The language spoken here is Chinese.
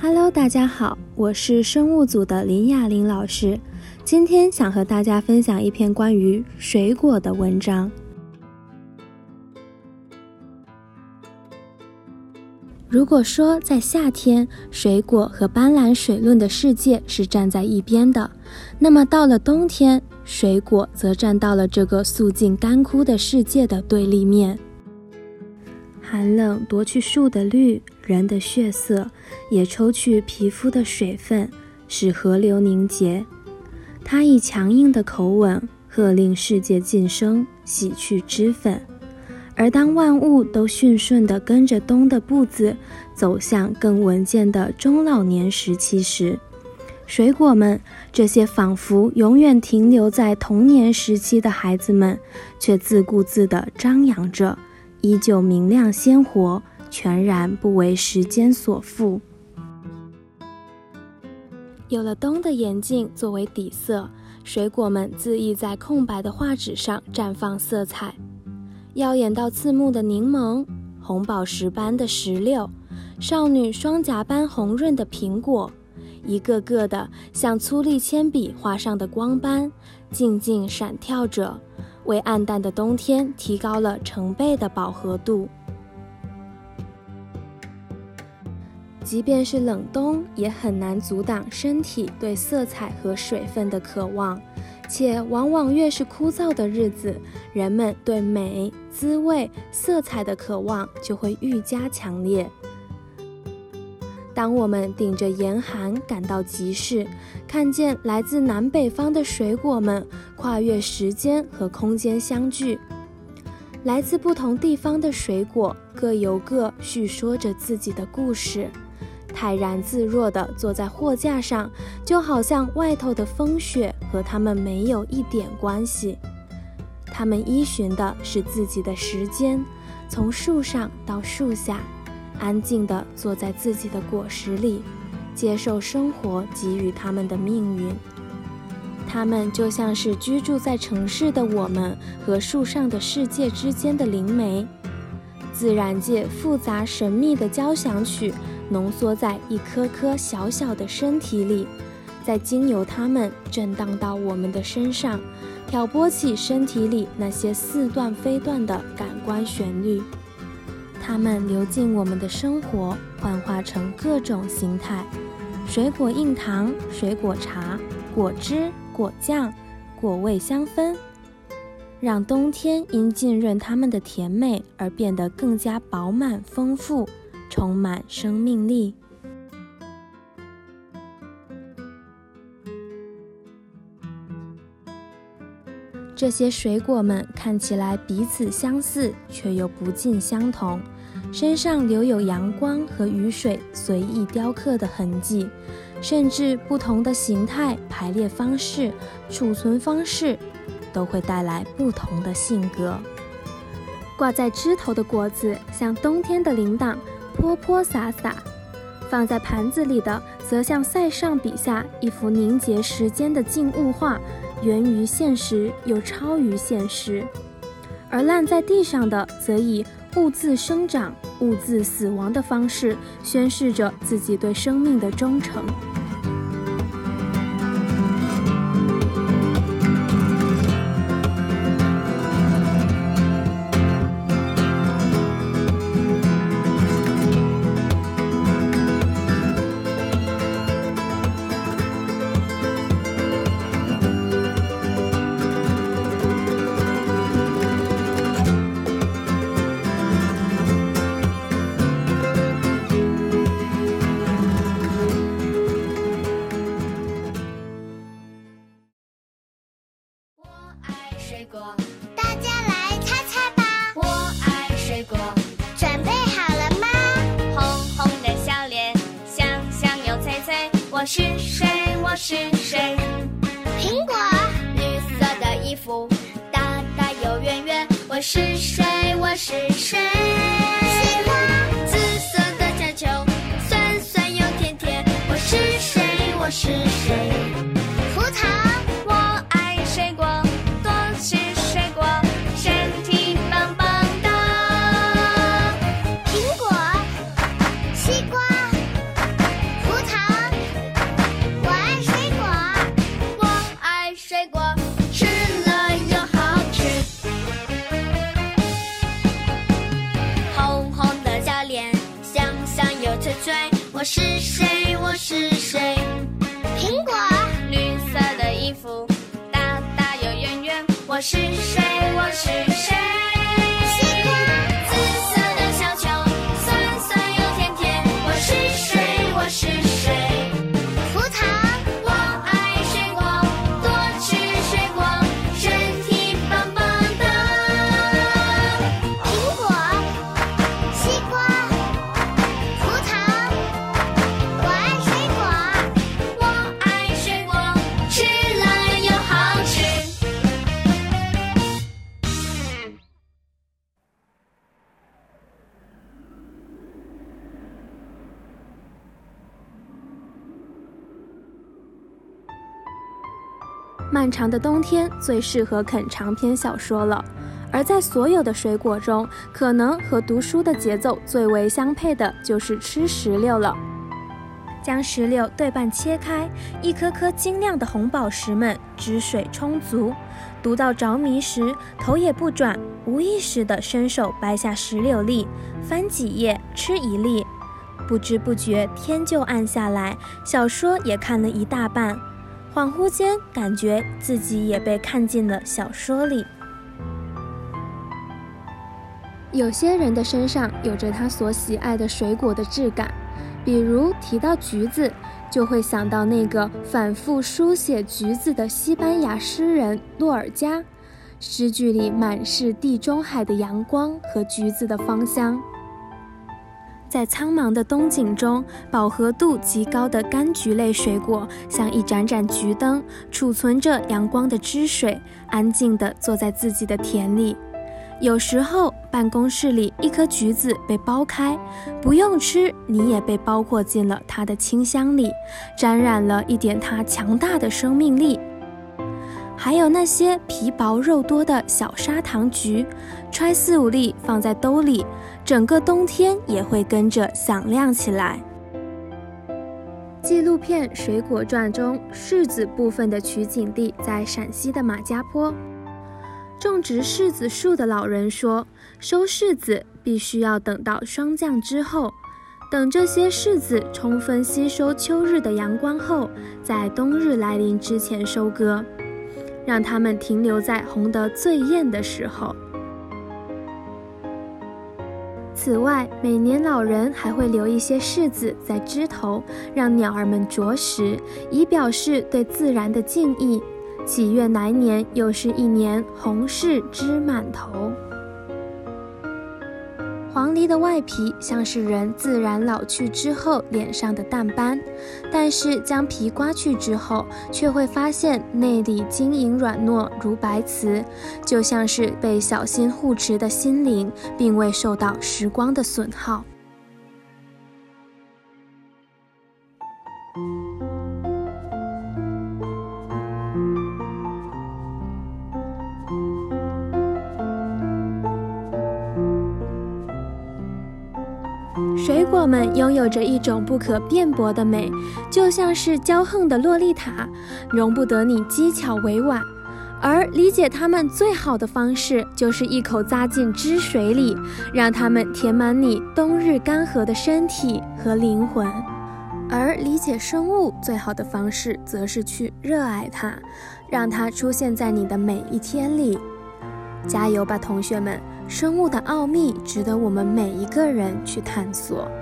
Hello， 大家好，我是生物组的林雅玲老师。今天想和大家分享一篇关于水果的文章。如果说在夏天，水果和斑斓水润的世界是站在一边的，那么到了冬天，水果则站到了这个素净干枯的世界的对立面。寒冷夺去树的绿，人的血色，也抽去皮肤的水分，使河流凝结。它以强硬的口吻喝令世界晋升，洗去脂粉。而当万物都驯顺地跟着冬的步子走向更稳健的中老年时期时，水果们，这些仿佛永远停留在童年时期的孩子们，却自顾自地张扬着，依旧明亮鲜活，全然不为时间所缚。有了冬的眼镜作为底色，水果们恣意在空白的画纸上绽放色彩。耀眼到刺目的柠檬，红宝石般的石榴，少女双颊般红润的苹果，一个个的像粗砺铅笔画上的光斑，静静闪跳着，为暗淡的冬天提高了成倍的饱和度。即便是冷冬，也很难阻挡身体对色彩和水分的渴望，且往往越是枯燥的日子，人们对美、滋味、色彩的渴望就会愈加强烈。当我们顶着严寒赶到集市，看见来自南北方的水果们跨越时间和空间相聚，来自不同地方的水果各有各叙说着自己的故事，泰然自若地坐在货架上，就好像外头的风雪和他们没有一点关系。他们依循的是自己的时间，从树上到树下，安静地坐在自己的果实里，接受生活给予他们的命运。他们就像是居住在城市的我们和树上的世界之间的灵媒，自然界复杂神秘的交响曲浓缩在一颗颗小小的身体里，再经由它们震荡到我们的身上，挑拨起身体里那些似断非断的感官旋律。它们流进我们的生活，幻化成各种形态：水果硬糖、水果茶、果汁、果酱、果味香氛，让冬天因浸润它们的甜美而变得更加饱满丰富，充满生命力。这些水果们看起来彼此相似，却又不尽相同，身上留有阳光和雨水随意雕刻的痕迹，甚至不同的形态、排列方式、储存方式都会带来不同的性格。挂在枝头的果子像冬天的铃铛，泼泼洒洒；放在盘子里的则像塞尚笔下一幅凝结时间的静物画，源于现实又超于现实。而烂在地上的则以物自生长、物自死亡的方式宣示着自己对生命的忠诚。 水果，大家来猜猜吧。我爱水果，准备好了吗？红红的小脸，香香又脆脆。我是谁？我是谁？苹果，绿色的衣服，大大又圆圆。我是谁？我是谁？西瓜，紫色的球球，酸酸又甜甜。我是谁？我是谁？葡萄，我爱水果。吃水果，身体棒棒的。苹果、西瓜、葡我是谁？我是谁？苹果，绿色的衣服，大大又圆圆。我是谁？我是谁？西瓜，紫色的小球，酸酸又甜甜。我是谁？我是谁？葡萄，我爱水果，多吃水果，身体棒棒的。苹果，西瓜，葡萄，我爱水果，我爱水果，吃了又好吃。 漫长的冬天最适合啃长篇小说了，而在所有的水果中，可能和读书的节奏最为相配的就是吃石榴了。将石榴对半切开，一颗颗晶亮的红宝石们汁水充足，读到着迷时，头也不转，无意识地伸手掰下石榴粒，翻几页吃一粒。不知不觉天就暗下来，小说也看了一大半，恍惚间感觉自己也被看进了小说里。有些人的身上有着他所喜爱的水果的质感，比如提到橘子，就会想到那个反复书写橘子的西班牙诗人洛尔加，诗句里满是地中海的阳光和橘子的芳香。在苍茫的冬景中，饱和度极高的柑橘类水果像一盏盏橘灯，储存着阳光的汁水，安静地坐在自己的田里。有时候办公室里一颗橘子被剥开，不用吃，你也被包括进了它的清香里，沾染了一点它强大的生命力。还有那些皮薄肉多的小砂糖橘，揣4、5粒放在兜里，整个冬天也会跟着响亮起来。纪录片《水果传》中，柿子部分的取景地在陕西的马家坡。种植柿子树的老人说，收柿子必须要等到霜降之后，等这些柿子充分吸收秋日的阳光后，在冬日来临之前收割，让它们停留在红得最艳的时候。此外，每年老人还会留一些柿子在枝头，让鸟儿们啄食，以表示对自然的敬意。喜悦来年，又是一年红柿枝满头。黄梨的外皮像是人自然老去之后脸上的淡斑，但是将皮刮去之后，却会发现内里晶莹软糯如白瓷，就像是被小心护持的心灵，并未受到时光的损耗。水果们拥有着一种不可辩驳的美，就像是骄横的洛丽塔，容不得你机巧委婉。而理解它们最好的方式，就是一口扎进汁水里，让它们填满你冬日干涸的身体和灵魂。而理解生物最好的方式，则是去热爱它，让它出现在你的每一天里。加油吧，同学们！生物的奥秘值得我们每一个人去探索。